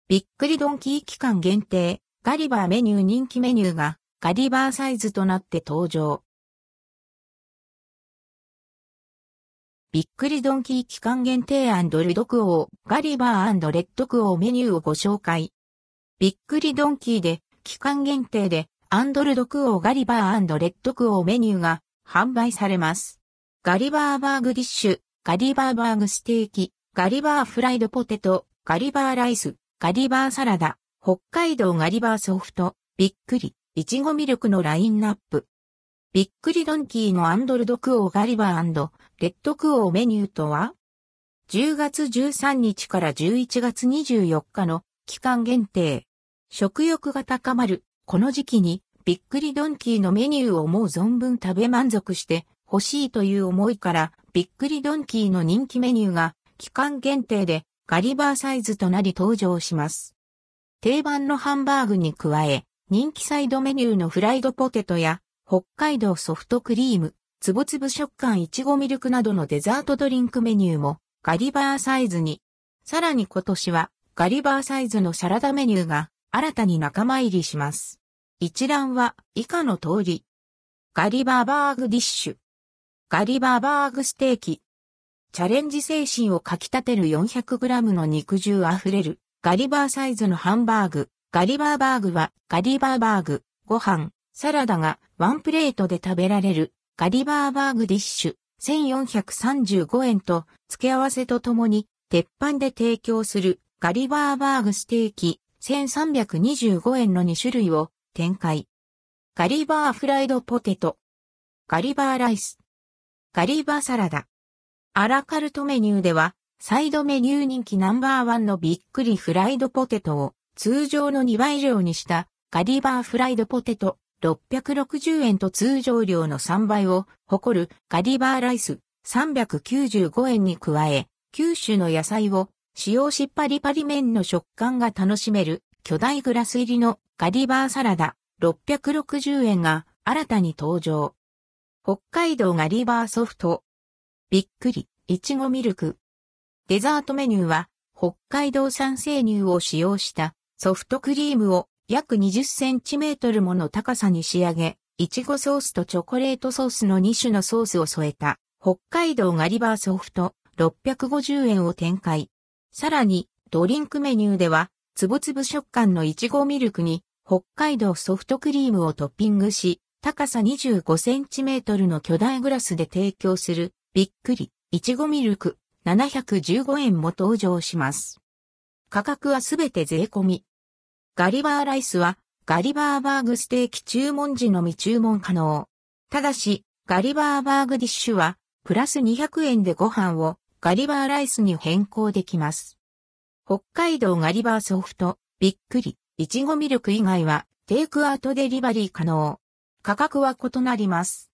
びっくりドンキー期間限定、ガリバーメニュー人気メニューがガリバーサイズとなって登場。びっくりドンキー期間限定ルドクオー、ガリバー&レッドクオーメニューをご紹介。びっくりドンキーで期間限定でルドクオーガリバー&レッドクオーメニューが販売されます。ガリバーバーグディッシュ、ガリバーバーグステーキ、ガリバーフライドポテト、ガリバーライス、ガリバーサラダ、北海道ガリバーソフト、びっくり、いちごミルクのラインナップ。びっくりドンキーのルドクオーガリバー&レッドクオーメニューとは ?10 月13日から11月24日の期間限定。食欲が高まる、この時期に、びっくりドンキーのメニューを思う存分食べ満足して欲しいという思いから、びっくりドンキーの人気メニューが期間限定でガリバーサイズとなり登場します。定番のハンバーグに加え、人気サイドメニューのフライドポテトや北海道ソフトクリーム、つぶつぶ食感いちごミルクなどのデザートドリンクメニューもガリバーサイズに。さらに今年はガリバーサイズのサラダメニューが新たに仲間入りします。一覧は以下の通り。ガリバーバーグディッシュ。ガリバーバーグステーキ。チャレンジ精神をかき立てる 400g の肉汁あふれるガリバーサイズのハンバーグ。ガリバーバーグはガリバーバーグ、ご飯、サラダがワンプレートで食べられるガリバーバーグディッシュ1435円と付け合わせとともに鉄板で提供するガリバーバーグステーキ1325円の2種類を展開。ガリバーフライドポテト。ガリバーライス。ガリバーサラダ。アラカルトメニューではサイドメニュー人気ナンバーワンのびっくりフライドポテトを通常の2倍量にしたガリバーフライドポテト660円と通常量の3倍を誇るガリバーライス395円に加え9種の野菜を使用しパリパリ麺の食感が楽しめる巨大グラス入りのガリバーサラダ660円が新たに登場。北海道ガリバーソフト。びっくり、いちごミルク。デザートメニューは北海道産生乳を使用したソフトクリームを約20センチメートルもの高さに仕上げ、いちごソースとチョコレートソースの2種のソースを添えた北海道ガリバーソフト650円を展開。さらにドリンクメニューではつぶつぶ食感のいちごミルクに北海道ソフトクリームをトッピングし、高さ25センチメートルの巨大グラスで提供するびっくりいちごミルク715円も登場します。価格はすべて税込み。ガリバーライスはガリバーバーグステーキ注文時のみ注文可能。ただし、ガリバーバーグディッシュはプラス200円でご飯をガリバーライスに変更できます。北海道ガリバーソフト、びっくり、いちごミルク以外はテイクアウトデリバリー可能。価格は異なります。